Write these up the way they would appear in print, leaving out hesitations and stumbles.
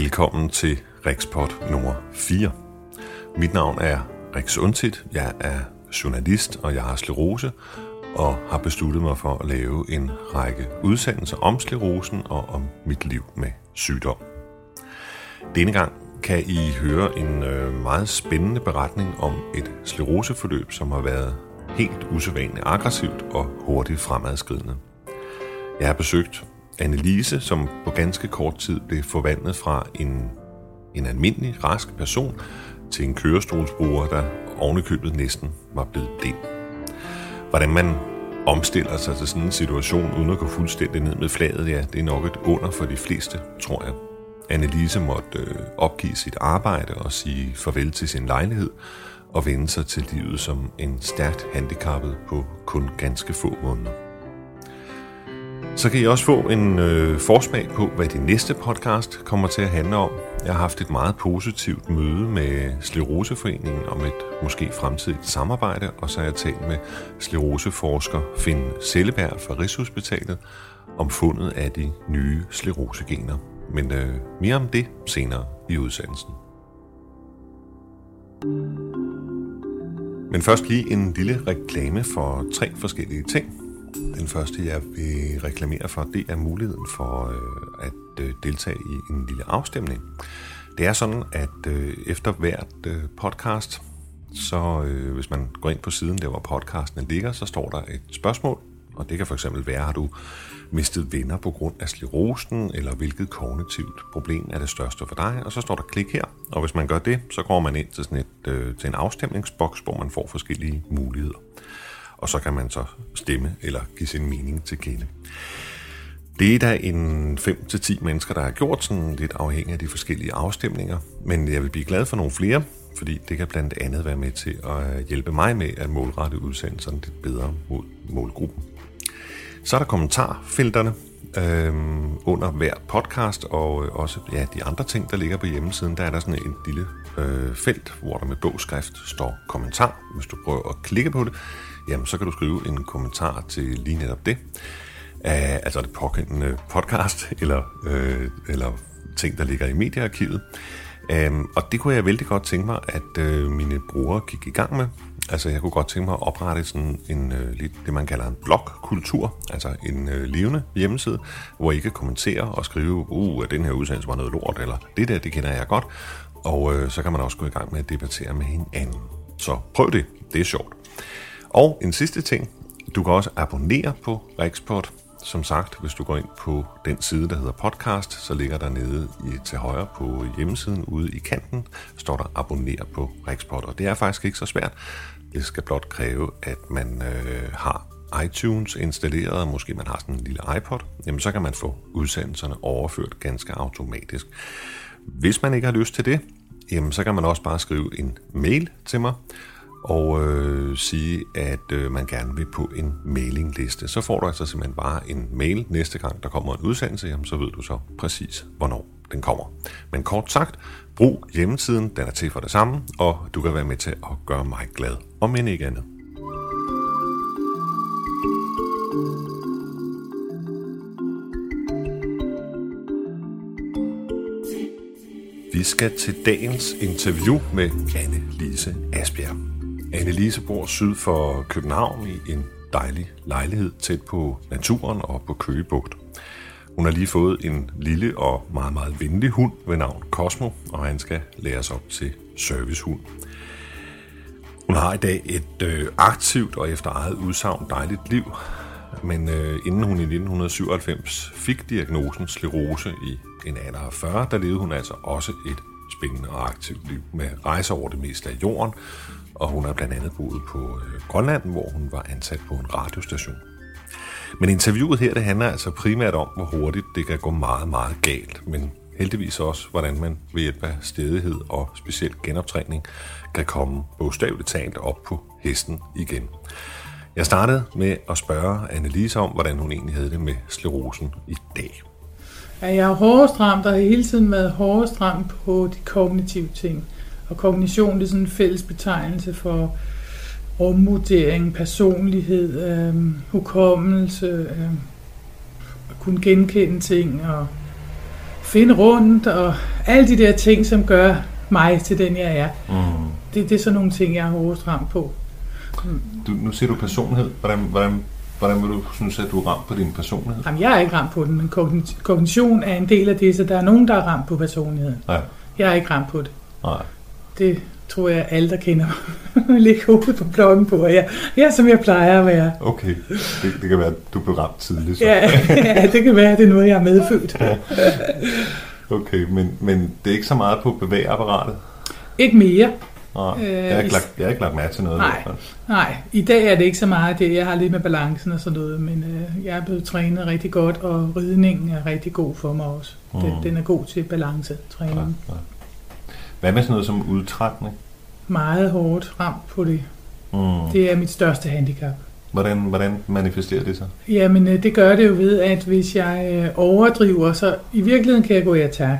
Velkommen til Rexpod nummer 4. Mit navn er Rex Undtit. Jeg er journalist, og jeg har sklerose, og har besluttet mig for at lave en række udsendelser om sklerosen og om mit liv med sygdom. Denne gang kan I høre en meget spændende beretning om et skleroseforløb, som har været helt usædvanligt aggressivt og hurtigt fremadskridende. Jeg har besøgt Annelise, som på ganske kort tid blev forvandlet fra en almindelig, rask person til en kørestolsbruger, der ovenikøbet næsten var blevet blind. Hvordan man omstiller sig til sådan en situation uden at gå fuldstændig ned med flaget, ja, det er nok et under for de fleste, tror jeg. Annelise måtte opgive sit arbejde og sige farvel til sin lejlighed og vende sig til livet som en stærkt handicappet på kun ganske få måneder. Så kan I også få en forsmag på, hvad de næste podcast kommer til at handle om. Jeg har haft et meget positivt møde med Skleroseforeningen om et måske fremtidigt samarbejde, og så har jeg talt med skleroseforsker Finn Selleberg fra Rigshospitalet om fundet af de nye sklerosegener. Men mere om det senere i udsendelsen. Men først lige en lille reklame for 3 forskellige ting. Den første, jeg vil reklamere for, det er muligheden for at deltage i en lille afstemning. Det er sådan, at efter hvert podcast, så hvis man går ind på siden, der hvor podcasten ligger, så står der et spørgsmål. Og det kan for eksempel være, har du mistet venner på grund af sklerosen, eller hvilket kognitivt problem er det største for dig? Og så står der klik her, og hvis man gør det, så går man ind til sådan til en afstemningsboks, hvor man får forskellige muligheder. Og så kan man så stemme eller give sin mening til kende. Det er der en 5-10 mennesker, der har gjort, sådan lidt afhængig af de forskellige afstemninger. Men jeg vil blive glad for nogle flere, fordi det kan blandt andet være med til at hjælpe mig med at målrette udsendelserne lidt bedre mod målgruppen. Så er der kommentarfelterne under hver podcast, og også de andre ting, der ligger på hjemmesiden. Der er der sådan en lille felt, hvor der med bogskrift står kommentar. Hvis du prøver at klikke på det, jamen så kan du skrive en kommentar til lige netop det. Altså det pågældende podcast, eller ting, der ligger i mediearkivet. Og det kunne jeg vældig godt tænke mig, at mine brugere gik i gang med. Altså jeg kunne godt tænke mig at oprette sådan en det man kalder en blogkultur, altså en levende hjemmeside, hvor I kan kommentere og skrive, at den her udsendelse var noget lort, eller det kender jeg godt. Og så kan man også gå i gang med at debattere med hinanden. Så prøv det, det er sjovt. Og en sidste ting, du kan også abonnere på Rexpod. Som sagt, hvis du går ind på den side, der hedder podcast, så ligger der nede til højre på hjemmesiden ude i kanten, står der abonner på Rexpod. Og det er faktisk ikke så svært. Det skal blot kræve, at man har iTunes installeret, og måske man har sådan en lille iPod. Jamen så kan man få udsendelserne overført ganske automatisk. Hvis man ikke har lyst til det, jamen så kan man også bare skrive en mail til mig, og sige, at man gerne vil på en mailingliste. Så får du altså simpelthen bare en mail næste gang, der kommer en udsendelse, jamen så ved du så præcis, hvornår den kommer. Men kort sagt, brug hjemmesiden, den er til for det samme, og du kan være med til at gøre mig glad, om end ikke andet. Vi skal til dagens interview med Annelise Asbjerg. Annelise bor syd for København i en dejlig lejlighed tæt på naturen og på Køge Bugt. Hun har lige fået en lille og meget, meget venlig hund ved navn Cosmo, og han skal læres op til servicehund. Hun har i dag et aktivt og efter eget udsagn dejligt liv, men inden hun i 1997 fik diagnosen sklerose i en alder af 40, der levede hun altså også et spændende og aktivt liv med rejser over det meste af jorden, og hun har blandt andet boet på Grønland, hvor hun var ansat på en radiostation. Men interviewet her, det handler altså primært om, hvor hurtigt det kan gå meget, meget galt, men heldigvis også, hvordan man ved hjælp af stædighed og specielt genoptræning kan komme bogstaveligt talt op på hesten igen. Jeg startede med at spørge Annelise om, hvordan hun egentlig havde det med sklerosen i dag. Ja, jeg er hårdest ramt, og har hele tiden været hårdest ramt på de kognitive ting. Og kognition, det er sådan en fælles betegnelse for rumvurdering, personlighed, hukommelse, at kunne genkende ting og finde rundt og alle de der ting, som gør mig til den, jeg er. Det er sådan nogle ting, jeg har hårdest ramt på. Nu siger du personlighed. Hvordan vil du synes, at du er ramt på din personlighed? Jamen, jeg er ikke ramt på den, men kognition er en del af det, så der er nogen, der er ramt på personligheden. Ja. Jeg er ikke ramt på det. Nej. Det tror jeg, alle, der kender mig, ligger hovedet på blokken på, og jeg er, som jeg plejer at være. Okay, det kan være, at du blev ramt tidligt. Så. Ja, det kan være, at det er noget, jeg er medfødt. Okay, men det er ikke så meget på bevægeapparatet? Ikke mere. Nej, jeg har ikke lagt mærke til noget. Nej, i dag er det ikke så meget det. Jeg har lidt med balancen og sådan noget, men jeg er blevet trænet rigtig godt, og ridningen er rigtig god for mig også. Den er god til balancetræning. Ja. Hvad med sådan noget som udtrætning? Meget hårdt ramt på det. Det er mit største handicap. Hvordan manifesterer det sig? Jamen, det gør det jo ved, at hvis jeg overdriver, så i virkeligheden kan jeg gå i attack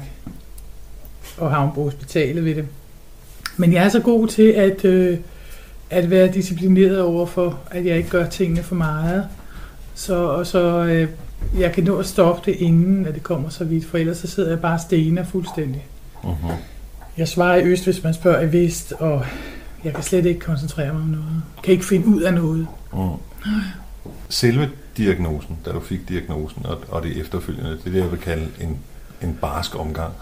og havne på hospitalet ved det. Men jeg er så god til at være disciplineret over for, at jeg ikke gør tingene for meget. Så jeg kan nå at stoppe det, inden at det kommer så vidt, for ellers så sidder jeg bare stener fuldstændig. Uh-huh. Jeg svarer i øst, hvis man spørger i vest, og jeg kan slet ikke koncentrere mig om noget. Jeg kan ikke finde ud af noget. Selve diagnosen, da du fik diagnosen, og det efterfølgende, det er det, jeg vil kalde en barsk omgang.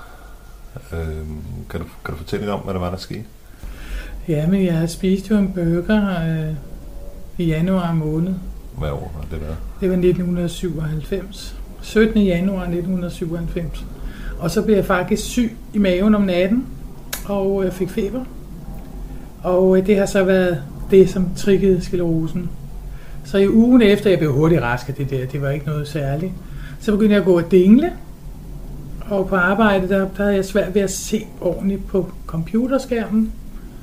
Kan du fortælle lidt om, hvad der var, der skete? Ja, men jeg spiste jo en burger i januar måned. Hvad år var det der? Det var 1997. 17. januar 1997. Og så blev jeg faktisk syg i maven om natten, og fik feber. Og det har så været det, som triggede sklerosen. Så i ugen efter, jeg blev hurtigt rask af det der, det var ikke noget særligt, så begyndte jeg at gå og dingle. Og på arbejde, der havde jeg svært ved at se ordentligt på computerskærmen.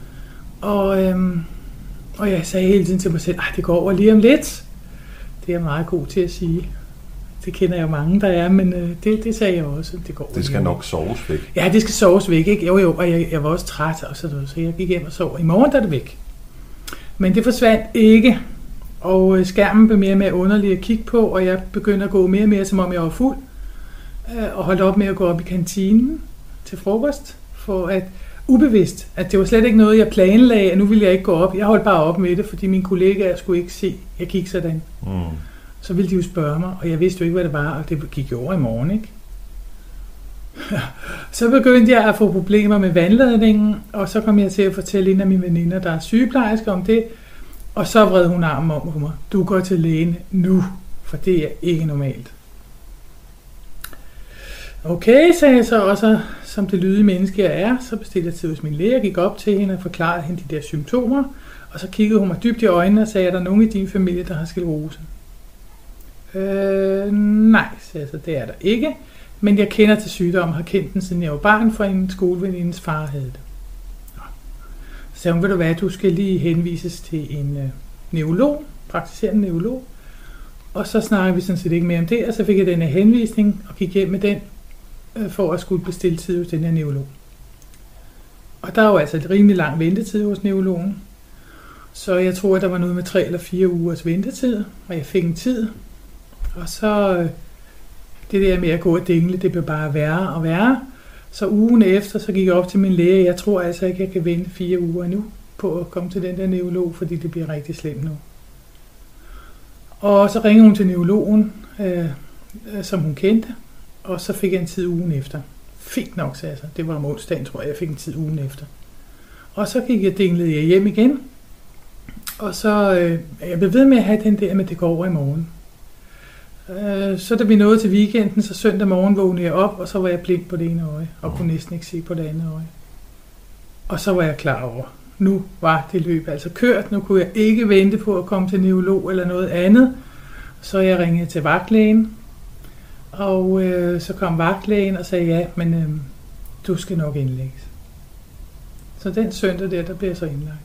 Og jeg sagde hele tiden til mig selv, det går over lige om lidt. Det er jeg meget god til at sige. Det kender jeg jo mange, der er, men det sagde jeg også. Det skal nok soves væk. Ja, det skal soves væk, ikke? Jo, og jeg var også træt, og så jeg gik hjem og sov. I morgen er det væk. Men det forsvandt ikke, og skærmen blev mere og mere underlig at kigge på, og jeg begyndte at gå mere og mere, som om jeg var fuld, og holdt op med at gå op i kantinen til frokost, for at ubevidst, at det var slet ikke noget, jeg planlagde, at nu ville jeg ikke gå op. Jeg holdt bare op med det, fordi mine kollegaer skulle ikke se, jeg gik sådan. Så ville de jo spørge mig, og jeg vidste jo ikke, hvad det var, og det gik jo over i morgen, ikke? Så begyndte jeg at få problemer med vandladningen, og så kom jeg til at fortælle en af mine veninder, der er sygeplejerske, om det, og så vred hun armen om på mig. Du går til lægen nu, for det er ikke normalt. Okay, sagde jeg så, og så, som det lydige menneske jeg er, så bestilte jeg tid hos min læge, jeg gik op til hende og forklarede hende de der symptomer, og så kiggede hun mig dybt i øjnene og sagde, er der nogen i din familie, der har sklerose? Nej, sagde jeg så, det er der ikke, men jeg kender til sygdommen, har kendt den siden jeg var barn, for en skolevenindens far havde det. Så sagde hun, ved du hvad, du skal lige henvises til en neurolog, praktiserende neurolog, og så snakkede vi sådan set ikke mere om det, og så fik jeg den her henvisning og gik hjem med den, for at skulle bestille tid hos den her neurolog. Og der var jo altså et rimelig lang ventetid hos neurologen, så jeg tror, at der var noget med 3 eller 4 ugers ventetid, og jeg fik en tid, og så det der med at gå og dingle, det blev bare værre og værre. Så ugen efter, så gik jeg op til min læge, jeg tror altså ikke, jeg kan vente 4 uger endnu på at komme til den der neurolog, fordi det bliver rigtig slemt nu. Og så ringede hun til neurologen, som hun kendte, og så fik jeg en tid ugen efter. Fint nok, sagde jeg så. Det var om onsdagen, tror jeg fik en tid ugen efter. Og så gik jeg dinglede hjem igen, og så jeg blev ved med at have den der med, det går over i morgen. Så da vi nåede til weekenden, så søndag morgen vågnede jeg op, og så var jeg blind på det ene øje, og kunne næsten ikke se på det andet øje. Og så var jeg klar over, nu var det løb altså kørt, nu kunne jeg ikke vente på at komme til neurolog eller noget andet. Så jeg ringede til vagtlægen, og så kom vagtlægen og sagde, ja, men du skal nok indlægges. Så den søndag der blev jeg så indlagt.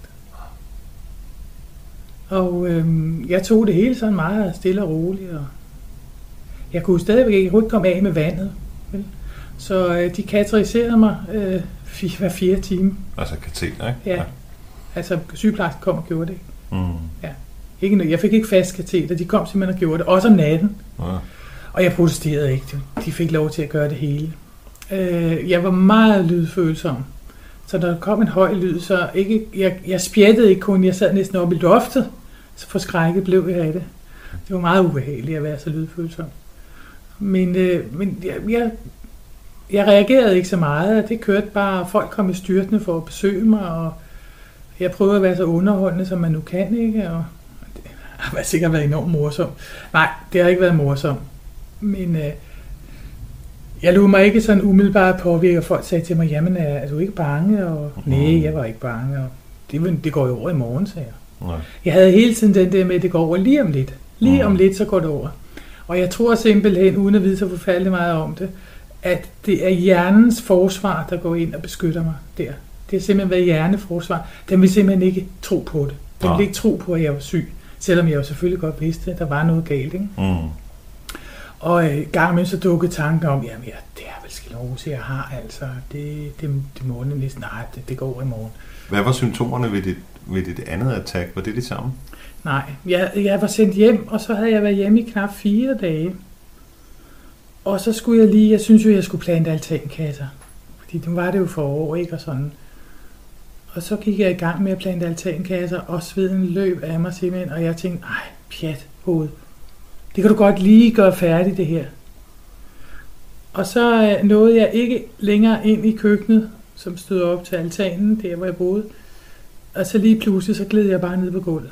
Og jeg tog det hele sådan meget stille og roligt, og jeg kunne stadigvæk ikke komme af med vandet. Vel? Så de kateteriserede mig hver 4 time. Altså kateter, ikke? Ja. Altså sygeplejersken kom og gjorde det. Ja. Jeg fik ikke fast kateter, de kom simpelthen og gjorde det, også om natten. Ja. Og jeg protesterede ikke. De fik lov til at gøre det hele. Jeg var meget lydfølsom. Så der kom en høj lyd, så jeg spjættede ikke kun, jeg sad næsten oppe i loftet, så forskrækket blev jeg af det. Det var meget ubehageligt at være så lydfølsom. Men jeg reagerede ikke så meget, og det kørte bare, folk kom i styrtende for at besøge mig, og jeg prøvede at være så underholdende, som man nu kan, ikke? Og det har sikkert været enormt morsomt. Nej, det har ikke været morsomt. Men jeg lod mig ikke sådan umiddelbart påvirke, og folk sagde til mig, jamen er du ikke bange? Og nej, jeg var ikke bange, og det går jo over i morgen, sagde jeg. Nej. Jeg havde hele tiden den der med, at det går over lige om lidt. Lige om lidt, så går det over. Og jeg tror simpelthen, uden at vide så forfærdeligt meget om det, at det er hjernens forsvar, der går ind og beskytter mig der. Det har simpelthen været hjerneforsvar. Den vil simpelthen ikke tro på det. Den vil ikke tro på, at jeg var syg. Selvom jeg jo selvfølgelig godt vidste, at der var noget galt. Ikke? Og gang imellem så dukkede tanken om, jamen ja, det er vel sklerose, jeg har altså. Det må det næsten. Nej, det går over i morgen. Hvad var symptomerne ved dit andet attack? Var det samme? Nej, jeg var sendt hjem, og så havde jeg været hjemme i knap 4 dage. Og så skulle jeg synes jo, jeg skulle plante altankasser. Fordi nu var det jo forår, ikke? Og sådan. Og så gik jeg i gang med at plante altankasser, og sveden løb af mig simpelthen, og jeg tænkte, pjat, hoved. Det kan du godt lige gøre færdigt, det her. Og så nåede jeg ikke længere ind i køkkenet, som stod op til altanen, der hvor jeg boede. Og så lige pludselig, så gled jeg bare ned på gulvet.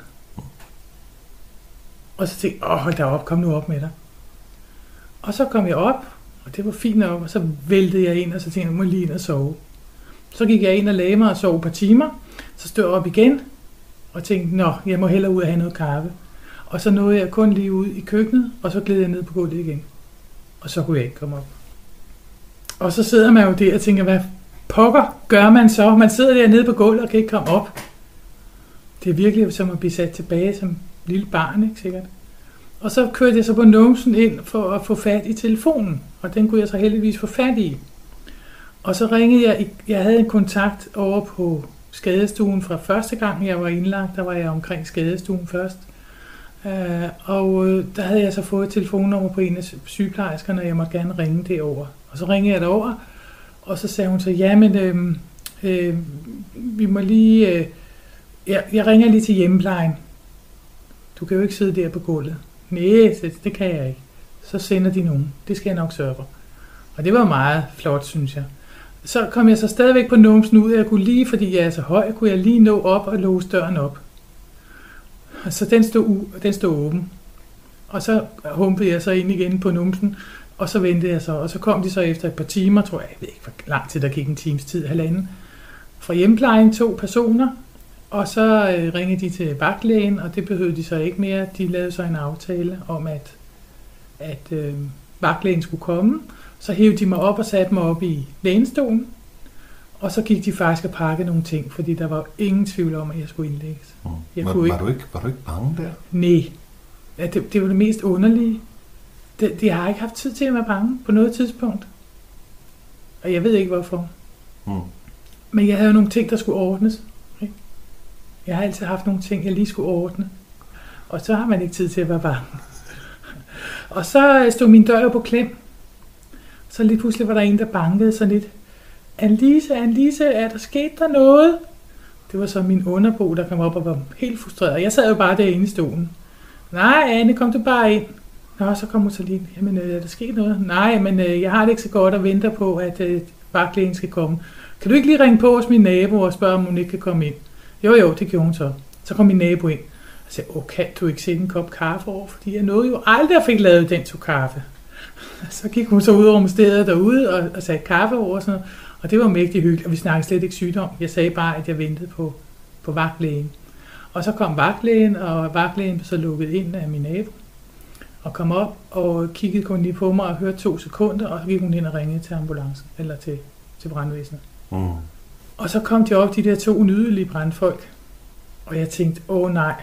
Og så tænkte jeg, hold da op, kom nu op med dig. Og så kom jeg op, og det var fint nok, og så væltede jeg ind, og så tænkte jeg, må lige ind og sove. Så gik jeg ind og lagde mig og sov et par timer, så stod jeg op igen, og tænkte, jeg må hellere ud og have noget kaffe. Og så nåede jeg kun lige ud i køkkenet, og så gled jeg ned på gulvet igen. Og så kunne jeg ikke komme op. Og så sidder man jo der og tænker, hvad pokker gør man så? Man sidder der nede på gulvet og kan ikke komme op. Det er virkelig som at blive sat tilbage som lille barn, ikke sikkert? Og så kørte jeg så på numsen ind for at få fat i telefonen, og den kunne jeg så heldigvis få fat i. Og så ringede jeg havde en kontakt over på skadestuen fra første gang, jeg var indlagt, der var jeg omkring skadestuen først. Og der havde jeg så fået et telefonnummer på en af sygeplejerskerne, og jeg måtte gerne ringe derover. Og så ringede jeg derover, og så sagde hun så, jamen, vi må lige, jeg ringer lige til hjemmeplejen. Du kan jo ikke sidde der på gulvet. Nej, det kan jeg ikke. Så sender de nogen. Det skal jeg nok sørge for. Og det var meget flot, synes jeg. Så kom jeg så stadigvæk på numsen ud, og jeg kunne lige, fordi jeg er så høj, kunne jeg lige nå op og låse døren op. Og så den stod åben. Og så humpede jeg så ind igen på numsen, og så ventede jeg så. Og så kom de så efter et par timer, tror jeg ved ikke hvor lang tid, der gik en times tid, halvanden. Fra hjemmeplejen 2 personer, og så ringede de til vagtlægen, og det behøvede de så ikke mere. De lavede så en aftale om, at vagtlægen skulle komme. Så hævde de mig op og satte mig op i lænestolen, og så gik de faktisk og pakkede nogle ting, fordi der var ingen tvivl om, at jeg skulle indlægges. Var du ikke bange der? Nej, det var det mest underlige. De har ikke haft tid til at være bange på noget tidspunkt. Og jeg ved ikke hvorfor. Men jeg havde jo nogle ting, der skulle ordnes. Ikke? Jeg har altid haft nogle ting, jeg lige skulle ordne. Og så har man ikke tid til at være bange. Og så stod min dør på klem. Så lige pludselig var der en, der bankede sådan lidt. Annelise, er der sket der noget? Det var så min underbo, der kom op og var helt frustreret. Jeg sad jo bare derinde i stolen. Nej, Anne, kom du bare ind. Nå, så kom hun så lige. Jamen, er der sket noget? Nej, men jeg har det ikke så godt og venter på, at vagtlægen skal komme. Kan du ikke lige ringe på hos min nabo og spørge, om hun ikke kan komme ind? Jo, det gjorde hun så. Så kom min nabo ind. Og sagde, kan du ikke sætte en kop kaffe over? Fordi jeg nåede jo aldrig at fik lavet den to kaffe. Så gik hun så ud over stedet derude og satte kaffe over og sådan noget. Og det var mægtig hyggeligt, og vi snakkede slet ikke sygdom. Jeg sagde bare, at jeg ventede på vagtlægen. Og så kom vagtlægen, og vagtlægen så lukket ind af min nabo. Og kom op og kiggede kun lige på mig og hørte 2 sekunder, og så gik hun ind og ringede til ambulancen, eller til brandvæsenet. Og så kom de op, de der 2 nydelige brandfolk. Og jeg tænkte, nej.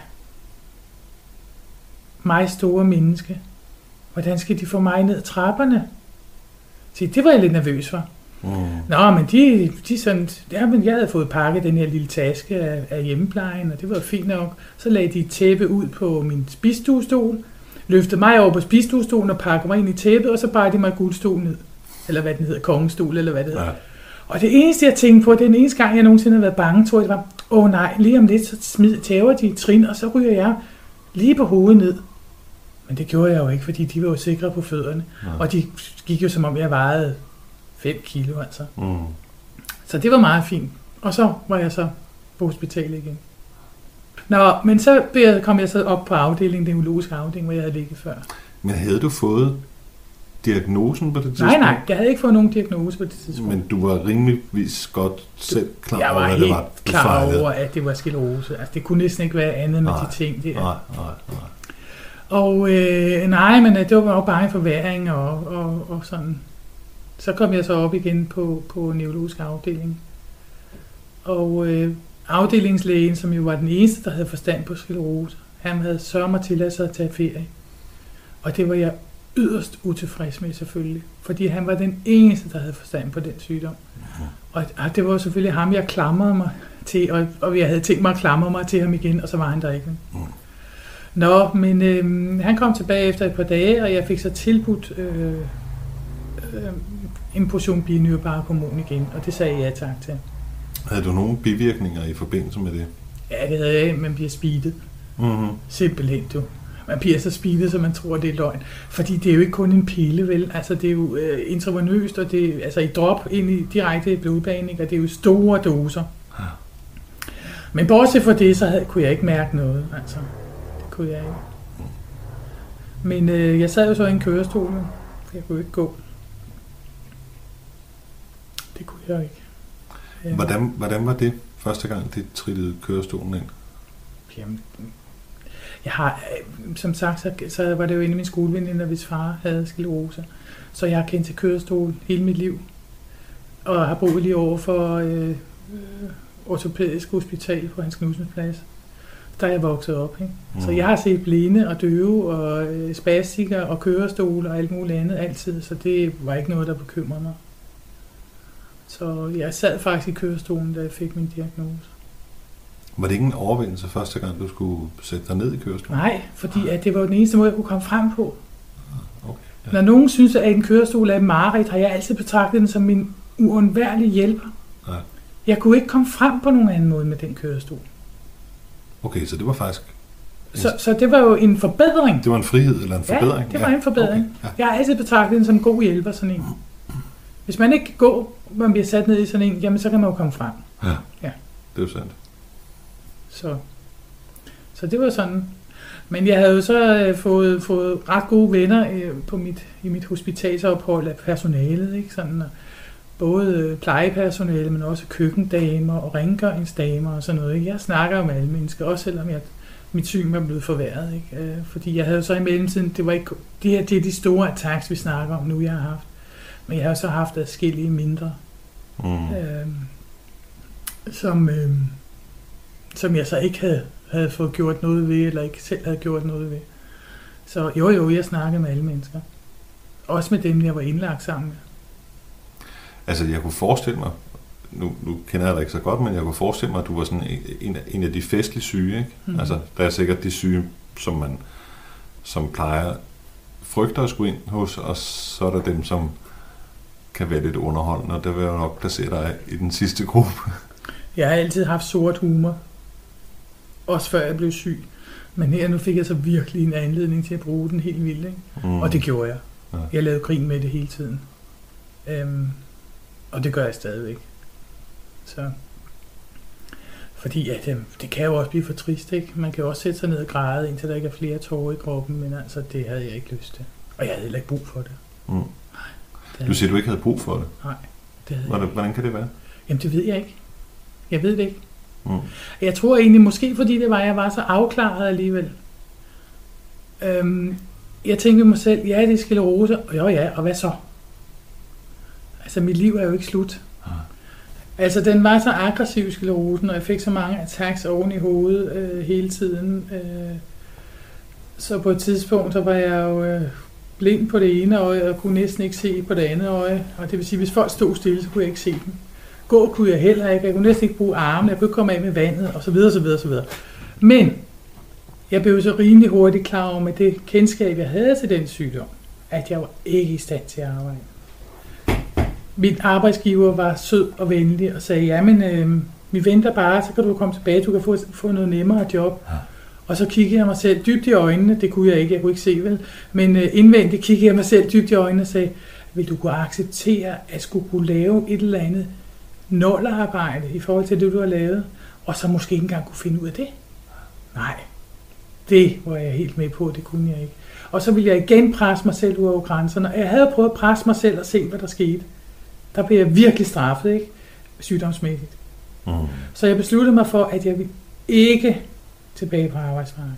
Mig store menneske. Hvordan skal de få mig ned ad trapperne? Så det var jeg lidt nervøs for. Nå, men de sådan, men jeg havde fået pakket den her lille taske af hjemmeplejen, og det var fint nok. Så lagde de et tæppe ud på min spisestuestol, løftede mig over på spisestuestolen og pakkede mig ind i tæppet, og så bar de mig guldstolen ned. eller hvad den hedder, kongestol, eller hvad det hedder. Ja. Og det eneste, jeg tænkte på, den eneste gang, jeg nogensinde har været bange, tror jeg, det var, nej, lige om lidt, så tæver de trin, og så ryger jeg lige på hovedet ned. Men det gjorde jeg jo ikke, fordi de var jo sikre på fødderne. Ja. Og de gik jo, som om jeg vejede 5 kilo, altså. Så det var meget fint. Og så var jeg så på hospitalet igen. Nå, men så kom jeg så op på afdelingen, den neurologiske afdeling, hvor jeg havde ligget før. Men havde du fået diagnosen på det tidspunkt? Nej, jeg havde ikke fået nogen diagnose på det tidspunkt. Men du var rimeligvis godt selv klar over, hvad det var? Jeg var helt klar over, at det var sklerose. Altså, det kunne næsten ikke være andet med de ting der. Nej. Og men det var jo bare en forværing og sådan. Så kom jeg så op igen på neurologisk afdeling. Og afdelingslægen, som jo var den eneste, der havde forstand på sklerose, han havde sørget mig til at tage ferie. Og det var jeg yderst utilfreds med selvfølgelig, fordi han var den eneste, der havde forstand på den sygdom. Og det var selvfølgelig ham, jeg klamrede mig til, og jeg havde tænkt mig at klamre mig til ham igen, og så var han der ikke. Nå, men han kom tilbage efter et par dage, og jeg fik så tilbudt en portion binyreparathormon igen, og det sagde jeg ja tak til. Havde du nogle bivirkninger i forbindelse med det? Ja, det havde jeg. Man bliver speedet. Simpelthen, du. Man bliver så speedet, så man tror, det er løgn. Fordi det er jo ikke kun en pille, vel? Altså, det er jo intravenøst, og det er altså i drop ind i direkte blodbanen, og det er jo store doser. Ja. Men bortset fra det, så kunne jeg ikke mærke noget. Altså, det kunne jeg ikke. Men jeg sad jo så i en kørestol, for jeg kunne ikke gå. Det kunne jeg ikke. Hvordan var det første gang, det trillede kørestolen ind? Jamen, jeg har, som sagt, så var det jo en af mine skoleveninder, hvis far havde sklerose. Så jeg har kendt til kørestol hele mit liv. Og har boet lige over for ortopædisk hospital på Hans Knudsens Plads. Der er jeg vokset op. Ikke? Så jeg har set blinde og døve og spastikere og kørestol og alt muligt andet altid. Så det var ikke noget, der bekymrede mig. Så jeg sad faktisk i kørestolen, da jeg fik min diagnose. Var det ikke en overvindelse første gang, du skulle sætte dig ned i kørestolen? Nej, fordi at det var den eneste måde, jeg kunne komme frem på. Okay, ja. Når nogen synes, at en kørestol er et mareridt, har jeg altid betragtet den som min uundværlige hjælper. Ja. Jeg kunne ikke komme frem på nogen anden måde med den kørestol. Okay, så det var faktisk... Så det var jo en forbedring. Det var en frihed eller en forbedring? Ja, det var en forbedring. Okay, ja. Jeg har altid betragtet den som en god hjælper, sådan en. Hvis man ikke kan gå, man bliver sat ned i sådan en, jamen så kan man jo komme frem. Ja. Det er jo sandt. Så det var sådan. Men jeg havde jo så fået ret gode venner i mit hospitalsophold af personalet, ikke? Sådan, både plejepersonale, men også køkkendamer og rengøringsdamer og sådan noget. Ikke? Jeg snakker jo med alle mennesker, også selvom mit syn var blevet forværret. Ikke? Fordi jeg havde så i mellemtiden, det er de store attacks, vi snakker om nu, jeg har haft. Men jeg har så haft adskillige mindre, som jeg så ikke havde fået gjort noget ved, eller ikke selv havde gjort noget ved. Så jo, jeg snakkede med alle mennesker. Også med dem, jeg var indlagt sammen med. Altså, jeg kunne forestille mig, nu kender jeg dig ikke så godt, men jeg kunne forestille mig, at du var sådan en af de festlige syge, ikke? Altså, der er sikkert de syge, som plejer frygter at skulle ind hos, og så er der dem, som kan være lidt underholdende, og der vil jeg nok placere dig i den sidste gruppe. Jeg har altid haft sort humor, også før jeg blev syg. Men her nu fik jeg så virkelig en anledning til at bruge den helt vildt, ikke? Og det gjorde jeg. Ja. Jeg lavede grin med det hele tiden. Og det gør jeg stadigvæk. Så. Fordi det kan jo også blive for trist, ikke? Man kan jo også sætte sig ned og græde, indtil der ikke er flere tårer i kroppen, men altså, det havde jeg ikke lyst til. Og jeg havde heller ikke brug for det. Du siger, du ikke havde brug for det? Nej, det havde jeg ikke. Hvordan kan det være? Jamen, det ved jeg ikke. Jeg ved det ikke. Jeg tror egentlig, måske fordi jeg var så afklaret alligevel. Jeg tænkte mig selv, ja, det er sklerose, og hvad så? Altså, mit liv er jo ikke slut. Altså, den var så aggressiv, sklerosen, og jeg fik så mange attacks oven i hovedet hele tiden. Så på et tidspunkt, så var jeg jo blind på det ene øje, og kunne næsten ikke se på det andet øje. Og det vil sige, hvis folk stod stille, så kunne jeg ikke se dem. Gå kunne jeg heller ikke. Jeg kunne næsten ikke bruge armene. Jeg kunne ikke komme af med vandet, og så videre, så videre, så videre. Men jeg blev så rimelig hurtigt klar over med det kendskab, jeg havde til den sygdom, at jeg var ikke i stand til at arbejde. min arbejdsgiver var sød og venlig og sagde, jamen vi venter bare, så kan du komme tilbage, du kan få noget nemmere job. Ja. Og så kiggede jeg mig selv dybt i øjnene, det kunne jeg ikke se vel, men indvendigt kiggede jeg mig selv dybt i øjnene og sagde, vil du kunne acceptere at skulle kunne lave et eller andet nålearbejde i forhold til det, du har lavet, og så måske ikke engang kunne finde ud af det? Nej, det var jeg helt med på, det kunne jeg ikke. Og så ville jeg igen presse mig selv ud over grænserne, og jeg havde prøvet at presse mig selv og se, hvad der skete. Der blev jeg virkelig straffet, ikke? Sygdomsmæssigt. Så jeg besluttede mig for, at jeg ville ikke tilbage på arbejdsmarkedet.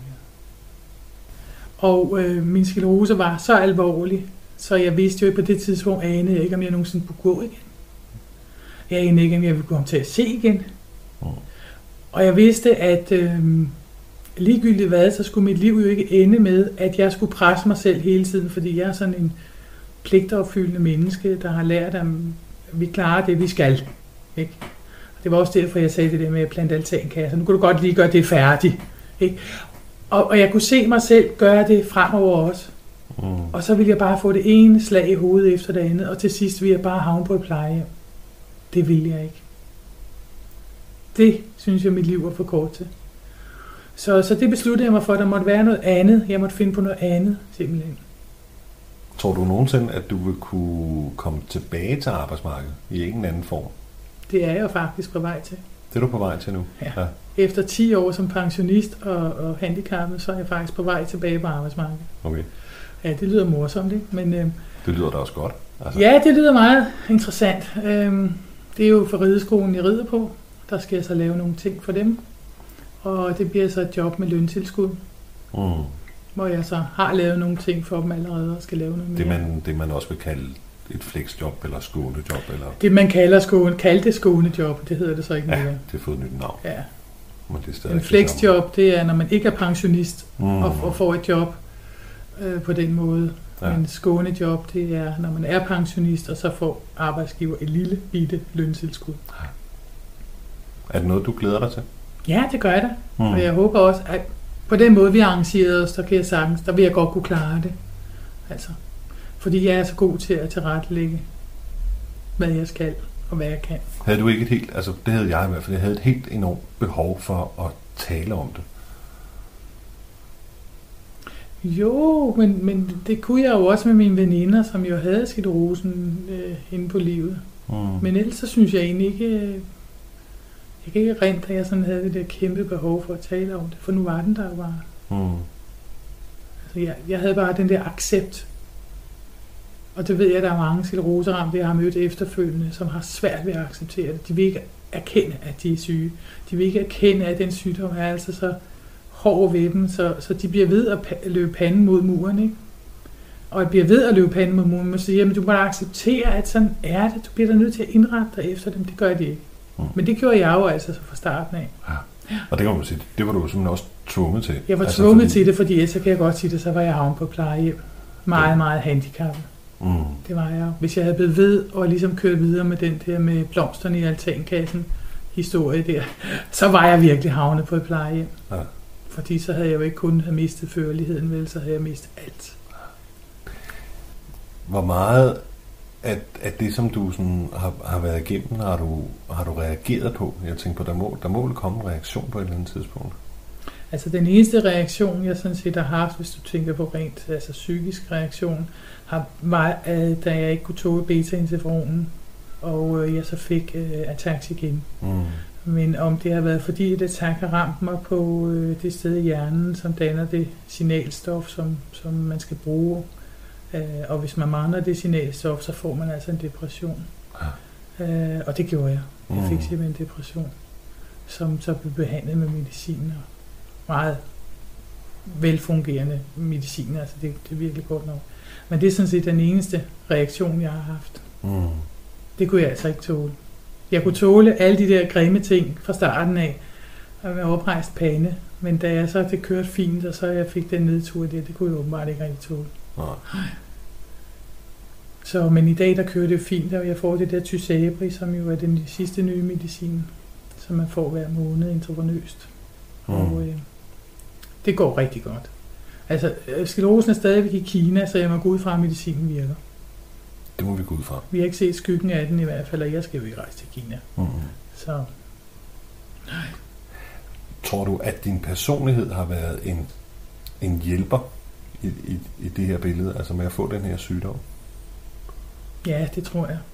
Og min sklerose var så alvorlig, så jeg vidste jo ikke på det tidspunkt, anede jeg ikke, om jeg nogensinde kunne gå igen. Jeg anede ikke, om jeg ville komme til at se igen. Og jeg vidste, at ligegyldigt hvad, så skulle mit liv jo ikke ende med, at jeg skulle presse mig selv hele tiden, fordi jeg er sådan en pligtopfyldende menneske, der har lært, at vi klarer det, vi skal. Ikke? Det var også derfor, jeg sagde det der med at plante altankasser. Nu kunne du godt lige gøre det færdigt. Ikke? Og jeg kunne se mig selv gøre det fremover også. Og så ville jeg bare få det ene slag i hovedet efter det andet, og til sidst ville jeg bare havne på et plejehjem. Det ville jeg ikke. Det synes jeg, mit liv var for kort til. Så det besluttede jeg mig for, at der måtte være noget andet. Jeg måtte finde på noget andet, simpelthen. Tror du nogensinde, at du vil kunne komme tilbage til arbejdsmarkedet i en anden form? Det er jeg faktisk på vej til. Det er du på vej til nu? Ja. Efter 10 år som pensionist og handicappet, så er jeg faktisk på vej tilbage på arbejdsmarkedet. Okay. Ja, det lyder morsomt, ikke? Men, det lyder da også godt. Altså. Ja, det lyder meget interessant. Det er jo for rideskolen, jeg rider på. Der skal jeg så lave nogle ting for dem. Og det bliver så et job med løntilskud. Hvor jeg så har lavet nogle ting for dem allerede og skal lave noget mere. Det man også vil kalde et flexjob eller skånejob? Eller? Det man kaldte skånejob, det hedder det så ikke mere. Ja, det har fået et nyt navn. Ja. Men det er en flexjob, det er, når man ikke er pensionist og får et job på den måde. Ja. Men skånejob, det er, når man er pensionist, og så får arbejdsgiver et lille bitte løntilskud. Ja. Er det noget, du glæder dig til? Ja, det gør jeg da. Og jeg håber også, at på den måde, vi har arrangeret os, der vil jeg godt kunne klare det. Altså, fordi jeg er så god til at tilrettelægge, hvad jeg skal og hvad jeg kan. Havde du ikke det havde jeg i hvert fald, jeg havde et helt enormt behov for at tale om det. Jo, men det kunne jeg jo også med mine veninder, som jo havde sklerosen inde på livet. Men ellers så synes jeg egentlig ikke, jeg kan ikke rent, at jeg sådan havde det der kæmpe behov for at tale om det, for nu var den der bare. Altså jeg havde bare den der accept. Og det ved jeg, at der er mange skleroseramte, jeg har mødt efterfølgende, som har svært ved at acceptere det. De vil ikke erkende, at de er syge. De vil ikke erkende, at den sygdom er altså så hård ved dem, så de bliver ved at løbe panden mod muren, ikke? Og bliver ved at løbe panden mod muren, og siger, jamen du må da acceptere, at sådan er det. Du bliver da nødt til at indrette dig efter dem. Det gør de ikke. Men det gjorde jeg jo altså fra starten af. Ja. Og det kan man sige, det var du simpelthen også tvunget til. Jeg var tvunget til det, fordi så kan jeg godt sige det, så var jeg havnet på plejehjem. Meget handicappet. Det var jeg. Hvis jeg havde blevet ved og ligesom kørt videre med den der med blomsterne i altankassen historie der, så var jeg virkelig havnet på et plejehjem. Ja. Fordi så havde jeg jo ikke kun have mistet førligheden, vel, så havde jeg mistet alt. Hvor meget at det, som du sådan har været igennem, har du reageret på? Jeg tænker på, der må komme en reaktion på et eller andet tidspunkt. Altså den eneste reaktion, jeg sådan set har haft, hvis du tænker på rent psykisk reaktion, var, da jeg ikke kunne tåle beta-interferonen, og jeg så fik attacks igen. Men om det har været, fordi et attack har ramt mig på det sted i hjernen, som danner det signalstof, som man skal bruge. Og hvis man mangler det signalstof, så får man altså en depression. Og det gjorde jeg. Jeg fik simpelthen en depression, som så blev behandlet med medicin. Meget velfungerende medicin, altså det er virkelig godt nok. Men det er sådan set den eneste reaktion, jeg har haft. Det kunne jeg altså ikke tåle. Jeg kunne tåle alle de der grimme ting fra starten af, med oprejst pande, men da jeg så det kørte fint, og så jeg fik den nedtur der, det kunne jeg åbenbart ikke rigtig tåle. Så, men i dag der kører det fint, og jeg får det der Tysabri, som jo er den sidste nye medicin, som man får hver måned intravenøst. Og det går rigtig godt. Altså, sklerosen er stadigvæk i Kina, så jeg må gå ud fra, at medicinen virker. Det må vi gå ud fra. Vi har ikke set skyggen af den i hvert fald, og jeg skal jo ikke rejse til Kina. Så nej. Tror du, at din personlighed har været en hjælper i det her billede, altså med at få den her sygdom? Ja, det tror jeg.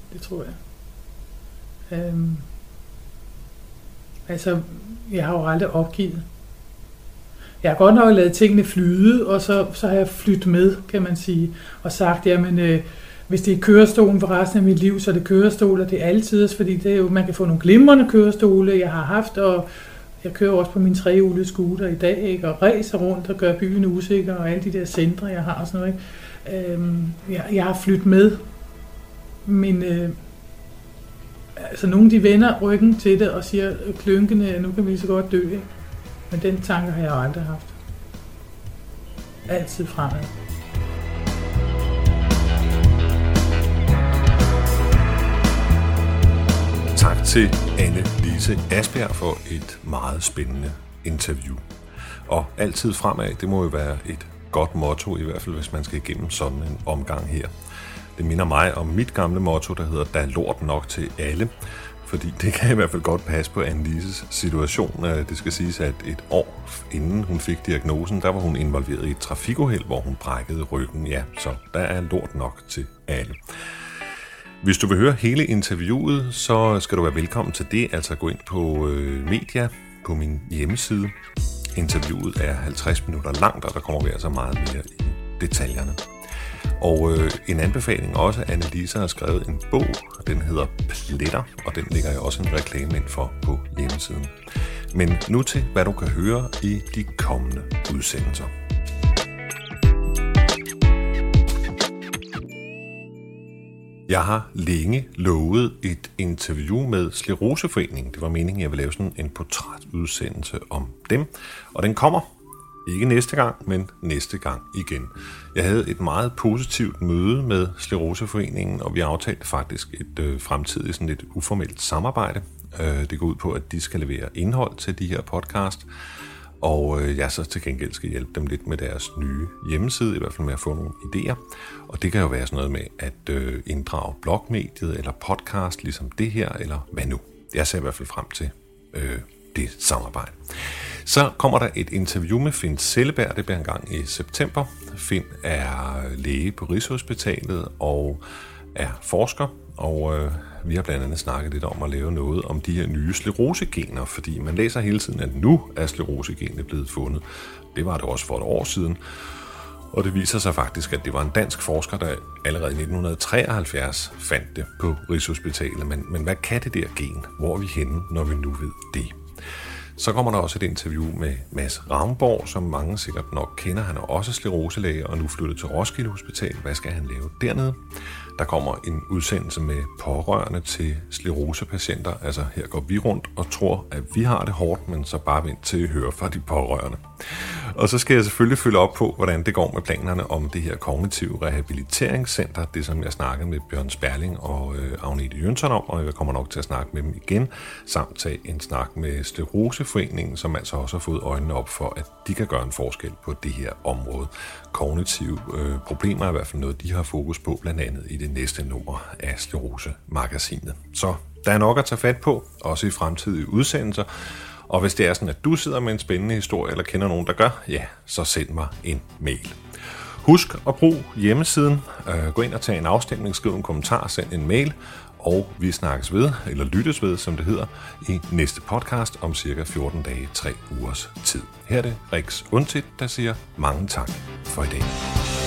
Altså, jeg har jo aldrig opgivet. Jeg har godt nok lavet tingene flyde, og så har jeg flyttet med, kan man sige, og sagt, jamen, hvis det er kørestolen for resten af mit liv, så er det kørestol, og det er altid, fordi det er jo, man kan få nogle glimrende kørestole, jeg har haft, og jeg kører også på min 3-hjulede scooter i dag, ikke? Og ræser rundt og gør byen usikker, og alle de der centre, jeg har og sådan noget, ikke? Jeg har flyttet med, men altså nogle de vender ryggen til det og siger klynkende, nu kan vi så godt dø, ikke? Men den tanke har jeg aldrig haft. Altid fremad. Tak til Anne-Lise Asbjerg for et meget spændende interview. Og altid fremad, det må jo være et godt motto, i hvert fald hvis man skal igennem sådan en omgang her. Det minder mig om mit gamle motto, der hedder, der er lort nok til alle. Fordi det kan i hvert fald godt passe på Anne-Lises situation. Det skal siges, at et år inden hun fik diagnosen, der var hun involveret i et trafikuheld, hvor hun brækkede ryggen. Ja, så der er lort nok til alle. Hvis du vil høre hele interviewet, så skal du være velkommen til det. Altså gå ind på Media på min hjemmeside. Interviewet er 50 minutter langt, og der kommer vi altså meget mere i detaljerne. Og en anbefaling også, Anne-Lise har skrevet en bog, den hedder Pletter, og den ligger jeg også en reklame ind for på hjemmesiden. Men nu til, hvad du kan høre i de kommende udsendelser. Jeg har længe lovet et interview med Scleroseforeningen. Det var meningen, at jeg ville lave sådan en portrætudsendelse om dem, og den kommer. Ikke næste gang, men næste gang igen. Jeg havde et meget positivt møde med Scleroseforeningen, og vi aftalte faktisk et fremtidigt sådan lidt uformelt samarbejde. Det går ud på, at de skal levere indhold til de her podcast, og jeg så til gengæld skal hjælpe dem lidt med deres nye hjemmeside, i hvert fald med at få nogle idéer. Og det kan jo være sådan noget med at inddrage blogmediet eller podcast, ligesom det her, eller hvad nu. Jeg ser i hvert fald frem til det samarbejde. Så kommer der et interview med Finn Selleberg, det bliver en gang i september. Finn er læge på Rigshospitalet og er forsker, og vi har blandt andet snakket lidt om at lave noget om de her nye sklerosegener, fordi man læser hele tiden, at nu er sklerosegenet blevet fundet. Det var det også for et år siden, og det viser sig faktisk, at det var en dansk forsker, der allerede i 1973 fandt det på Rigshospitalet. Men hvad kan det der gen? Hvor er vi henne, når vi nu ved det? Så kommer der også et interview med Mads Ravnborg, som mange sikkert nok kender. Han er også skleroselæge og nu flyttet til Roskilde Hospital. Hvad skal han lave dernede? Der kommer en udsendelse med pårørende til sklerosepatienter. Altså her går vi rundt og tror, at vi har det hårdt, men så bare vent til at høre fra de pårørende. Og så skal jeg selvfølgelig følge op på, hvordan det går med planerne om det her kognitive rehabiliteringscenter. Det som jeg snakkede med Bjørn Sperling og Agnete Jønsson om, og jeg kommer nok til at snakke med dem igen. Samt tage en snak med Scleroseforeningen, som altså også har fået øjnene op for, at de kan gøre en forskel på det her område. Kognitive problemer er i hvert fald noget, de har fokus på, blandt andet i det næste nummer af Sklerose-magasinet. Så der er nok at tage fat på, også i fremtidige udsendelser. Og hvis det er sådan, at du sidder med en spændende historie, eller kender nogen, der gør, ja, så send mig en mail. Husk at bruge hjemmesiden. Gå ind og tag en afstemning, skriv en kommentar, send en mail, og vi snakkes ved, eller lyttes ved, som det hedder, i næste podcast om cirka 14 dage, 3 ugers tid. Her er det Rix Undtit, der siger mange tak for i dag.